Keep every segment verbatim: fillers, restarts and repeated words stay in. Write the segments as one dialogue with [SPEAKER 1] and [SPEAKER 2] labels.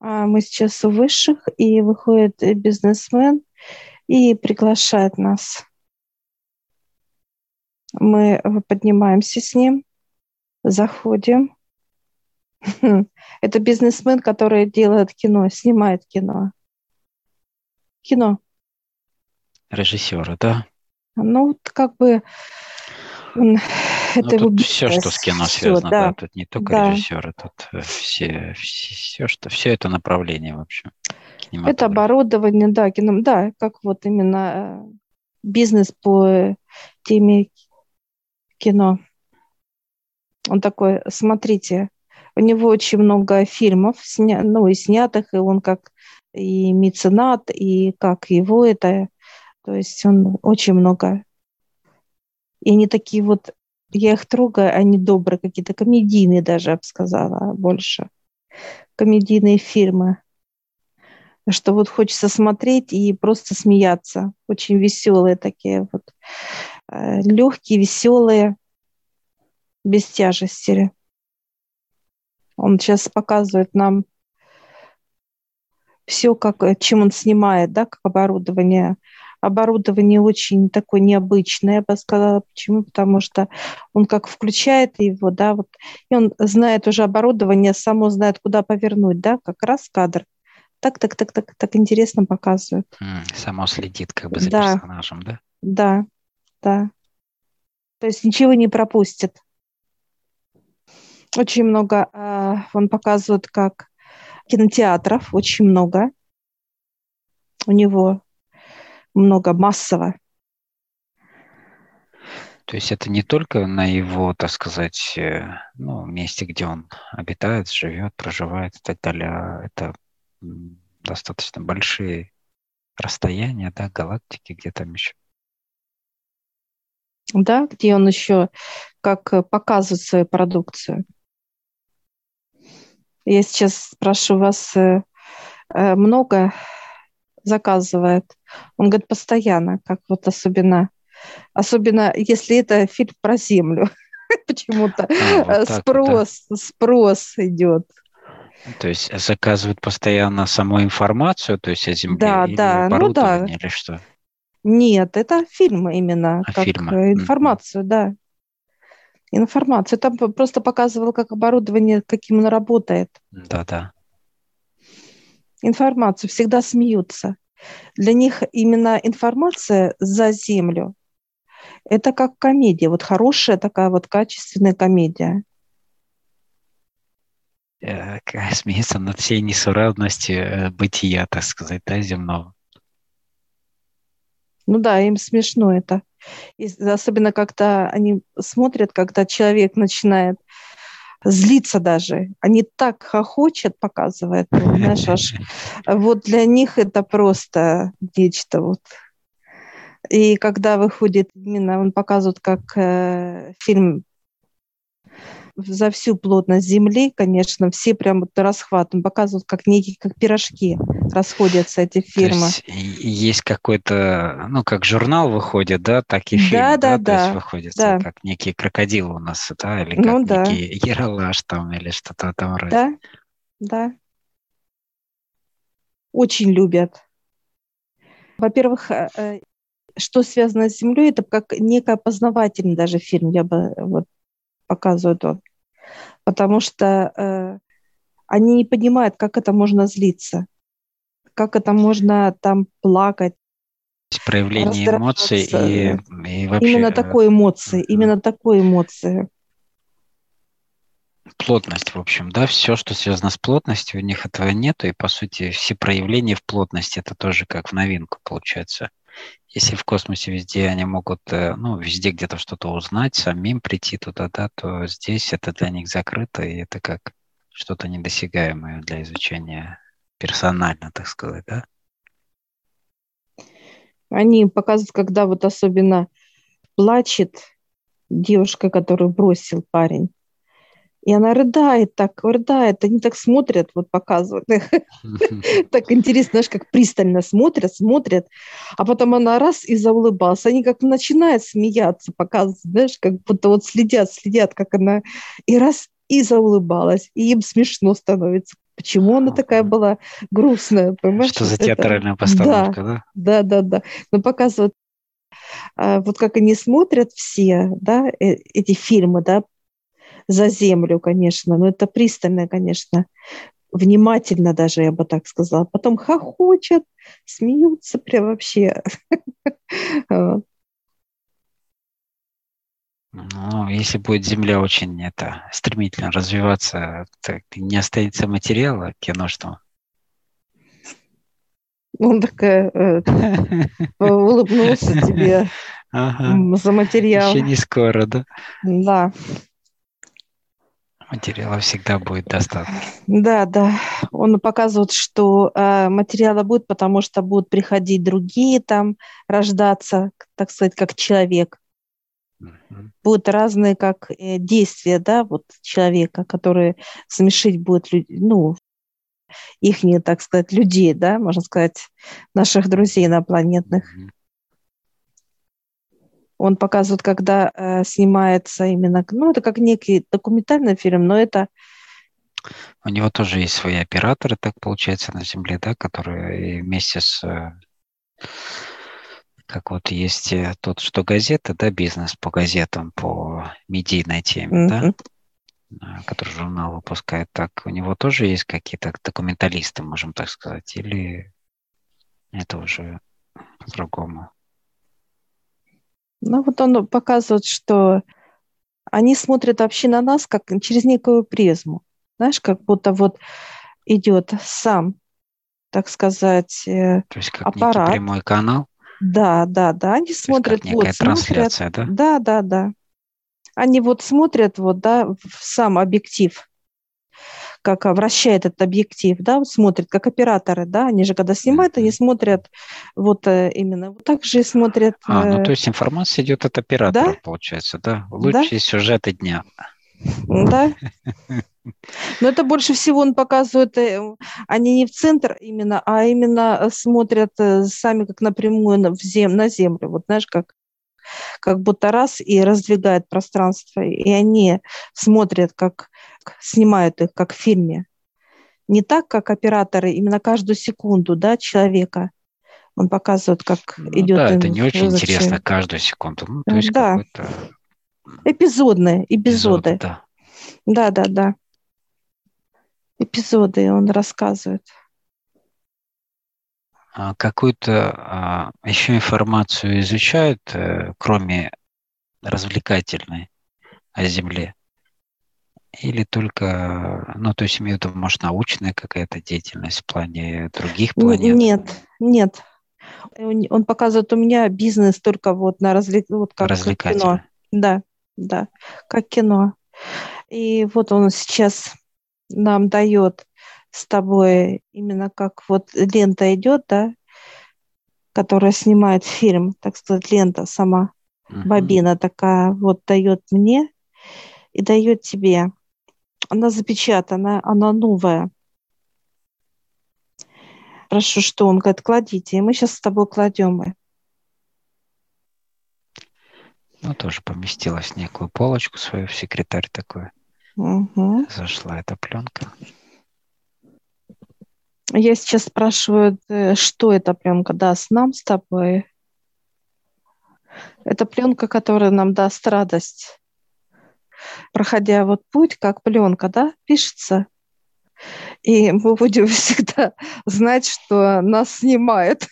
[SPEAKER 1] А, Мы сейчас у высших, и выходит э, бизнесмен и приглашает нас. Мы э, поднимаемся с ним, заходим. Это бизнесмен, который делает кино, снимает кино. Кино.
[SPEAKER 2] Режиссера, да?
[SPEAKER 1] Ну, вот как бы он,
[SPEAKER 2] Ну,
[SPEAKER 1] это его
[SPEAKER 2] тут все, что с
[SPEAKER 1] бизнес.
[SPEAKER 2] кино
[SPEAKER 1] Все,
[SPEAKER 2] связано, да.
[SPEAKER 1] да,
[SPEAKER 2] Тут не только
[SPEAKER 1] да.
[SPEAKER 2] режиссеры, тут э, все, все, что, все это направление вообще
[SPEAKER 1] Это
[SPEAKER 2] кинематограф.
[SPEAKER 1] оборудование, да, кино, да, как вот именно э, бизнес по э, теме кино. Он такой, смотрите, у него очень много фильмов, сня... ну, и снятых, и он как и меценат, и как его это, то есть он очень много. И они такие вот, я их трогаю, они добрые, какие-то комедийные даже, я бы сказала, больше. Комедийные фильмы, что вот хочется смотреть и просто смеяться. Очень веселые такие вот, легкие, веселые, без тяжести. Он сейчас показывает нам все, как, э, чем он снимает, да, как оборудование. Оборудование очень такое необычное, я бы сказала. Почему? Потому что он как включает его, да, вот, и он знает уже оборудование, само знает, куда повернуть, да, как раз кадр. Так, так, так, так, так интересно показывает.
[SPEAKER 2] М, само следит как бы за
[SPEAKER 1] Да,
[SPEAKER 2] персонажем, да?
[SPEAKER 1] да, да. То есть ничего не пропустит. Очень много, а, он показывает, как кинотеатров, очень много. У него много массово.
[SPEAKER 2] То есть это не только на его, так сказать, э, ну, месте, где он обитает, живет, проживает и так далее, а это м, достаточно большие расстояния, да, галактики, где там еще.
[SPEAKER 1] Да, где он еще как э, показывает свою продукцию. Я сейчас спрошу вас, э, э, много заказывает? Он говорит, постоянно, как вот особенно, особенно если это фильм про Землю. Почему-то
[SPEAKER 2] А, вот
[SPEAKER 1] э,
[SPEAKER 2] так вот, да.
[SPEAKER 1] спрос, спрос идет.
[SPEAKER 2] То есть заказывают постоянно саму информацию, то есть о Земле,
[SPEAKER 1] Да,
[SPEAKER 2] или
[SPEAKER 1] да, ну да.
[SPEAKER 2] оборудование, или что?
[SPEAKER 1] Нет, это фильм именно,
[SPEAKER 2] А
[SPEAKER 1] как
[SPEAKER 2] фильмы?
[SPEAKER 1] э,
[SPEAKER 2] Мгм.
[SPEAKER 1] информацию, да. Информацию. Там п- просто показывал, как оборудование, каким оно работает.
[SPEAKER 2] Да-да.
[SPEAKER 1] Информацию всегда смеются. Для них именно информация за землю – это как комедия, вот хорошая такая вот качественная комедия.
[SPEAKER 2] Э, к- Смеется над всей несуразностью э, бытия, так сказать, да, земного.
[SPEAKER 1] Ну да, им смешно это. И особенно как-то они смотрят, когда человек начинает злиться даже. Они так хохочет, показывает, ну, знаешь, аж вот для них это просто нечто вот. И когда выходит именно, он показывает, как э, фильм за всю плотность земли, конечно, все прям вот расхватом показывают, как некие, как пирожки расходятся эти
[SPEAKER 2] То
[SPEAKER 1] фильмы.
[SPEAKER 2] есть и- и есть какой-то, ну, как журнал выходит, да, так и
[SPEAKER 1] Да,
[SPEAKER 2] фильм,
[SPEAKER 1] да,
[SPEAKER 2] да, то есть
[SPEAKER 1] да,
[SPEAKER 2] выходит,
[SPEAKER 1] да,
[SPEAKER 2] как некий крокодил у нас, да, или
[SPEAKER 1] ну
[SPEAKER 2] как
[SPEAKER 1] да,
[SPEAKER 2] некий Ералаш там, или что-то в этом роде.
[SPEAKER 1] да, да, очень любят. Во-первых, э, э, что связано с Землей, это как некий познавательный даже фильм, я бы вот показываю он. Потому что э, они не понимают, как это можно злиться, как это можно там плакать,
[SPEAKER 2] То есть проявление эмоций и,
[SPEAKER 1] раздражаться.
[SPEAKER 2] и вообще
[SPEAKER 1] Именно
[SPEAKER 2] э,
[SPEAKER 1] такой эмоции,
[SPEAKER 2] мгм,
[SPEAKER 1] именно такой эмоции.
[SPEAKER 2] плотность, в общем, да, все, что связано с плотностью, у них этого нету, и, по сути, все проявления в плотности, это тоже как в новинку получается. Если в космосе везде они могут, э, ну, везде где-то что-то узнать, самим прийти туда, да, то здесь это для них закрыто, и это как что-то недосягаемое для изучения персонально, так сказать, да?
[SPEAKER 1] Они показывают, когда вот особенно плачет девушка, которую бросил парень. И она рыдает так, рыдает. Они так смотрят, вот показывают. Так интересно, знаешь, как пристально смотрят, смотрят. А потом она раз и заулыбалась. Они как начинают смеяться, показывают, знаешь, как будто вот следят, следят, как она. И раз и заулыбалась. И им смешно становится. Почему она такая
[SPEAKER 2] Ага.
[SPEAKER 1] была грустная, понимаешь?
[SPEAKER 2] Что
[SPEAKER 1] Вот
[SPEAKER 2] за
[SPEAKER 1] это,
[SPEAKER 2] театральная
[SPEAKER 1] да,
[SPEAKER 2] постановка, да?
[SPEAKER 1] да, да, да. Но показывают, а, вот как они смотрят все, да, э- эти фильмы, да, за землю, конечно, но это пристально, конечно, внимательно даже, я бы так сказала. Потом хохочут, смеются прям вообще. Вот.
[SPEAKER 2] Ну, если будет Земля очень это, стремительно развиваться, так не останется материала киношного.
[SPEAKER 1] Он такая, э, улыбнулся тебе
[SPEAKER 2] Ага.
[SPEAKER 1] м, за материал.
[SPEAKER 2] Еще не скоро, да?
[SPEAKER 1] Да,
[SPEAKER 2] Материала всегда будет достаточно.
[SPEAKER 1] да, да. Он показывает, что э, материала будет, потому что будут приходить другие там, рождаться, так сказать, как человек.
[SPEAKER 2] Мгм.
[SPEAKER 1] Будут разные как э, действия, да, вот человека, которые смешить будут, лю- ну, их, так сказать, людей, да, можно сказать, наших друзей
[SPEAKER 2] Мгм.
[SPEAKER 1] инопланетных.
[SPEAKER 2] Мгм.
[SPEAKER 1] Он показывает, когда э, снимается именно, ну, это как некий документальный фильм, но это,
[SPEAKER 2] У него тоже есть свои операторы, так получается, на Земле, да, которые вместе с, э, как вот есть э, тот, что газета, да, бизнес по газетам, по медийной теме, да,
[SPEAKER 1] мгм.
[SPEAKER 2] а, который журнал выпускает, так у него тоже есть какие-то документалисты, можем так сказать, или это уже по-другому?
[SPEAKER 1] Ну, вот он показывает, что они смотрят вообще на нас как через некую призму. Знаешь, как будто вот идет сам, так сказать, э,
[SPEAKER 2] То есть как некий
[SPEAKER 1] аппарат.
[SPEAKER 2] прямой канал,
[SPEAKER 1] Да, да, да. Они
[SPEAKER 2] то есть как
[SPEAKER 1] смотрят, вот,
[SPEAKER 2] некая
[SPEAKER 1] смотрят.
[SPEAKER 2] трансляция, да?
[SPEAKER 1] Да, да, да. Они вот смотрят, вот, да, в сам объектив, как а, вращает этот объектив, да, вот смотрят, как операторы, да, они же когда снимают, они
[SPEAKER 2] Мгм.
[SPEAKER 1] смотрят вот э, именно вот так же и смотрят,
[SPEAKER 2] А, ну то
[SPEAKER 1] э,
[SPEAKER 2] есть информация идет от
[SPEAKER 1] да,
[SPEAKER 2] операторов, получается, да?
[SPEAKER 1] да,
[SPEAKER 2] Лучшие сюжеты дня.
[SPEAKER 1] да. Но это больше всего он показывает, э, они не в центр именно, а именно э, смотрят э, сами как напрямую на, в зем, на землю, вот знаешь, как, как будто раз и раздвигает пространство, и они смотрят, как снимают их, как в фильме. Не так, как операторы, именно каждую секунду, да, человека. Он показывает, как
[SPEAKER 2] Ну
[SPEAKER 1] идет
[SPEAKER 2] да, это
[SPEAKER 1] им
[SPEAKER 2] не очень интересно
[SPEAKER 1] зачем.
[SPEAKER 2] каждую секунду. Ну, то
[SPEAKER 1] Э,
[SPEAKER 2] есть
[SPEAKER 1] Да,
[SPEAKER 2] какой-то
[SPEAKER 1] эпизодные,
[SPEAKER 2] эпизод,
[SPEAKER 1] эпизоды.
[SPEAKER 2] да.
[SPEAKER 1] Да, да, да. Эпизоды он рассказывает.
[SPEAKER 2] А какую-то а, еще информацию изучают, э, кроме развлекательной о Земле? Или только, ну, то есть имею в виду, может, научная какая-то деятельность в плане других
[SPEAKER 1] Н-
[SPEAKER 2] планет,
[SPEAKER 1] Нет, нет. Он он показывает у меня бизнес только вот на развлек... вот как, как кино.
[SPEAKER 2] развлекательная?
[SPEAKER 1] Да, да, как кино. И вот он сейчас нам дает с тобой именно как вот лента идет, да, которая снимает фильм, так сказать, лента сама,
[SPEAKER 2] Мгм.
[SPEAKER 1] бобина такая, вот дает мне и дает тебе. Она запечатана, она новая. Прошу, что он говорит, кладите. И мы сейчас с тобой кладем. ее.
[SPEAKER 2] Ну, тоже поместилась в некую полочку свою, в секретарь такой.
[SPEAKER 1] Мгм.
[SPEAKER 2] Зашла эта пленка.
[SPEAKER 1] Я сейчас спрашиваю, э, что эта пленка даст нам с тобой. Это пленка, которая нам даст радость. Проходя вот путь, как пленка, да, пишется. И мы будем всегда знать, что нас снимает.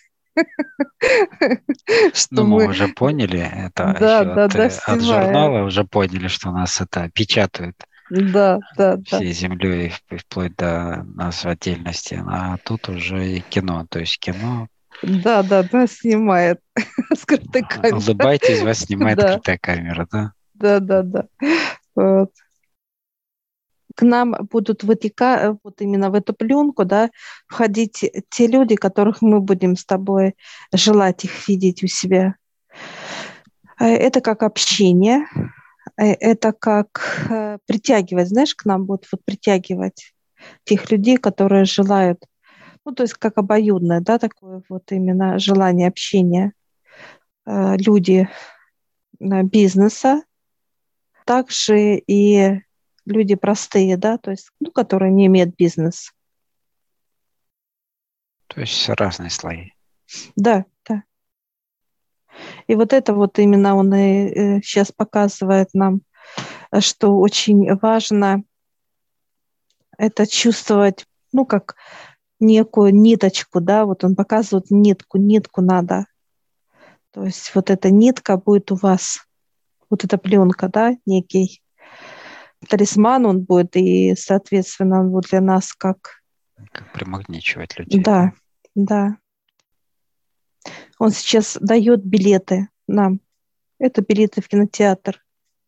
[SPEAKER 1] Что
[SPEAKER 2] Ну, мы
[SPEAKER 1] мы,
[SPEAKER 2] уже поняли, это
[SPEAKER 1] да,
[SPEAKER 2] еще
[SPEAKER 1] да,
[SPEAKER 2] от,
[SPEAKER 1] да,
[SPEAKER 2] э, от
[SPEAKER 1] снимает.
[SPEAKER 2] журнала уже поняли, что нас это печатают
[SPEAKER 1] Да, да, да.
[SPEAKER 2] всей землей, в- вплоть до нас в отдельности. А тут уже и кино. То есть кино.
[SPEAKER 1] Да, да, да, снимает. Скрытая камера.
[SPEAKER 2] Улыбайтесь, вас снимает
[SPEAKER 1] Да,
[SPEAKER 2] скрытая камера, да?
[SPEAKER 1] да, да, да. Вот. К нам будут вытекать, вот именно в эту пленку, да, входить те люди, которых мы будем с тобой желать их видеть у себя. Э, Это как общение, э, это как э, притягивать, знаешь, к нам будут вот притягивать тех людей, которые желают, ну, то есть как обоюдное, да, такое вот именно желание общения. Э, Люди э, бизнеса, также и люди простые, да, то есть, ну, которые не имеют бизнес.
[SPEAKER 2] То есть разные слои.
[SPEAKER 1] Да, да. И вот это вот именно он и сейчас показывает нам, что очень важно это чувствовать, ну, как некую ниточку, да, вот он показывает нитку, нитку надо. То есть вот эта нитка будет у вас, вот эта пленка, да, некий талисман он будет, и, соответственно, он будет для нас как...
[SPEAKER 2] Как примагничивать людей,
[SPEAKER 1] Да,
[SPEAKER 2] да?
[SPEAKER 1] да. Он сейчас дает билеты нам. Это билеты в кинотеатр.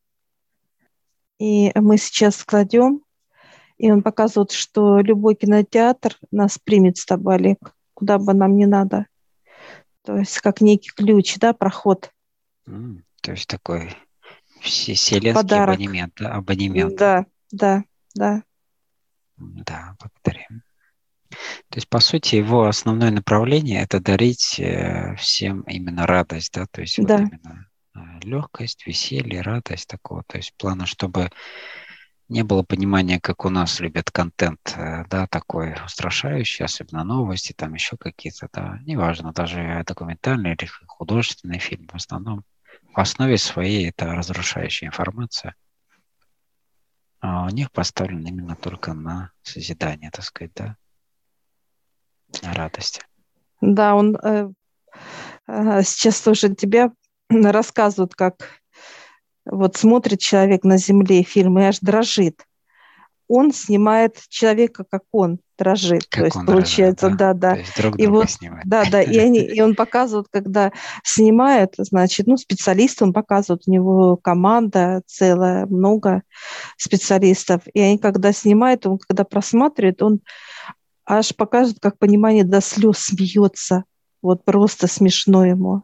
[SPEAKER 1] И мы сейчас кладем, и он показывает, что любой кинотеатр нас примет с тобой, Олег, куда бы нам ни надо. То есть как некий ключ, да, проход.
[SPEAKER 2] М, То есть такой вселенский
[SPEAKER 1] Подарок.
[SPEAKER 2] абонемент, да? Абонемент.
[SPEAKER 1] Да, да, да,
[SPEAKER 2] Да, благодарим. То есть, по сути, его основное направление – это дарить э, всем именно радость, да, то есть вот
[SPEAKER 1] да,
[SPEAKER 2] именно э, легкость, веселье, радость такого, то есть плана, чтобы не было понимания, как у нас любят контент, э, да, такой устрашающий, особенно новости, там еще какие-то, да, неважно, даже документальный или художественный фильм, в основном в основе своей это разрушающая информация, а у них поставлен именно только на созидание, так сказать, да, на радость.
[SPEAKER 1] да, он э, э, сейчас слушает тебя, рассказывает, как вот смотрит человек на земле фильм и аж дрожит. Он снимает человека, как он дрожит. То
[SPEAKER 2] Как
[SPEAKER 1] есть
[SPEAKER 2] он дрожит,
[SPEAKER 1] получается,
[SPEAKER 2] да?
[SPEAKER 1] да,
[SPEAKER 2] То
[SPEAKER 1] да.
[SPEAKER 2] есть друг
[SPEAKER 1] И
[SPEAKER 2] друга
[SPEAKER 1] вот,
[SPEAKER 2] снимает.
[SPEAKER 1] да, да, и, они, и он показывает, когда снимает, значит, ну, специалист он показывает, у него команда целая, много специалистов. И они, когда снимают, он, когда просматривает, он аж показывает, как понимание до слез смеется. Вот просто смешно ему.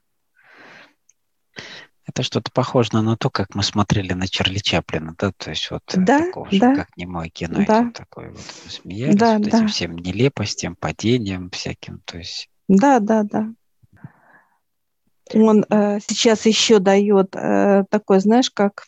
[SPEAKER 2] Это что-то похоже на то, как мы смотрели на Чарли Чаплина, да, то есть вот э,
[SPEAKER 1] Да,
[SPEAKER 2] такого же,
[SPEAKER 1] да,
[SPEAKER 2] как немое кино
[SPEAKER 1] да,
[SPEAKER 2] идет такое вот. Мы смеялись
[SPEAKER 1] да,
[SPEAKER 2] вот
[SPEAKER 1] да,
[SPEAKER 2] этим всем нелепостям, падением всяким, то есть...
[SPEAKER 1] да, да, да. Он э, сейчас еще дает э, такой, знаешь, как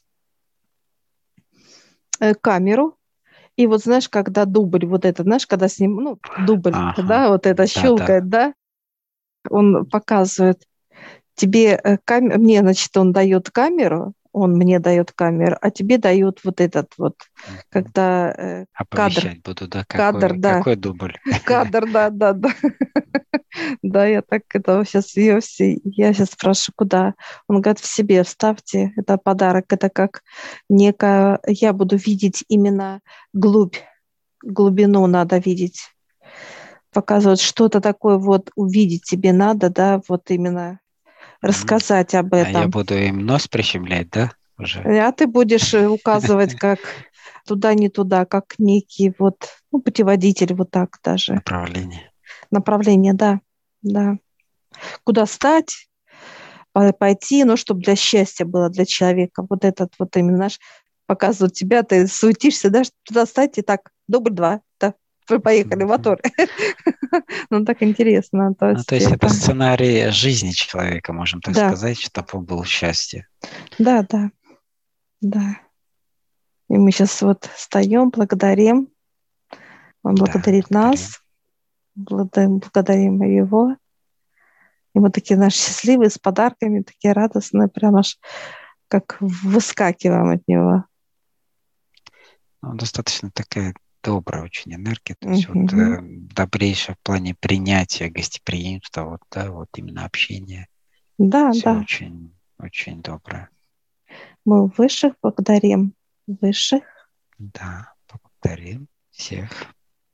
[SPEAKER 1] э, камеру. И вот знаешь, когда дубль, вот это, знаешь, когда с ним, ну, дубль,
[SPEAKER 2] Ага,
[SPEAKER 1] да, вот это
[SPEAKER 2] да-да,
[SPEAKER 1] щелкает, да, он показывает тебе э, камеру, мне, значит, он дает камеру, он мне дает камеру, а тебе дает вот этот вот,
[SPEAKER 2] мгм.
[SPEAKER 1] когда э, кадр,
[SPEAKER 2] Оповещать буду, да,
[SPEAKER 1] кадр,
[SPEAKER 2] какой,
[SPEAKER 1] да,
[SPEAKER 2] какой дубль.
[SPEAKER 1] кадр, да, да, да. Да, я так это сейчас ее все, я сейчас спрашиваю, куда? Он говорит, в себе вставьте, это подарок, это как некая, я буду видеть именно глубь, глубину надо видеть, показывать что-то такое, вот увидеть тебе надо, да, вот именно
[SPEAKER 2] М.
[SPEAKER 1] рассказать об
[SPEAKER 2] А я
[SPEAKER 1] этом.
[SPEAKER 2] буду им нос прищемлять, да, уже
[SPEAKER 1] А ты будешь э, указывать как туда, не туда, как некий вот, ну, путеводитель, вот так даже.
[SPEAKER 2] направление.
[SPEAKER 1] Направление, да, да. Куда стать, по- пойти, ну, чтобы для счастья было для человека. Вот этот вот именно наш показывает тебя, ты суетишься, да, что туда стать, и так, дубль два, да, вы поехали,
[SPEAKER 2] Мгм.
[SPEAKER 1] мотор. Ну, так интересно, то
[SPEAKER 2] Ну, то
[SPEAKER 1] есть
[SPEAKER 2] есть это
[SPEAKER 1] это,
[SPEAKER 2] сценарий жизни человека, можем так
[SPEAKER 1] да,
[SPEAKER 2] сказать, чтобы он был счастье.
[SPEAKER 1] да, да, да. И мы сейчас вот встаем, благодарим, он
[SPEAKER 2] Да,
[SPEAKER 1] благодарит
[SPEAKER 2] благодарим.
[SPEAKER 1] нас, благодарим, благодарим его. И мы такие наши счастливые, с подарками, такие радостные, прям аж как выскакиваем от него.
[SPEAKER 2] Ну, достаточно такая добрая очень энергия, то есть вот
[SPEAKER 1] Мгм.
[SPEAKER 2] э, добрейшая в плане принятия, гостеприимства, вот, да, вот именно общения.
[SPEAKER 1] Да,
[SPEAKER 2] Все
[SPEAKER 1] да.
[SPEAKER 2] очень, очень доброе.
[SPEAKER 1] Мы высших благодарим. Высших.
[SPEAKER 2] Да, благодарим всех.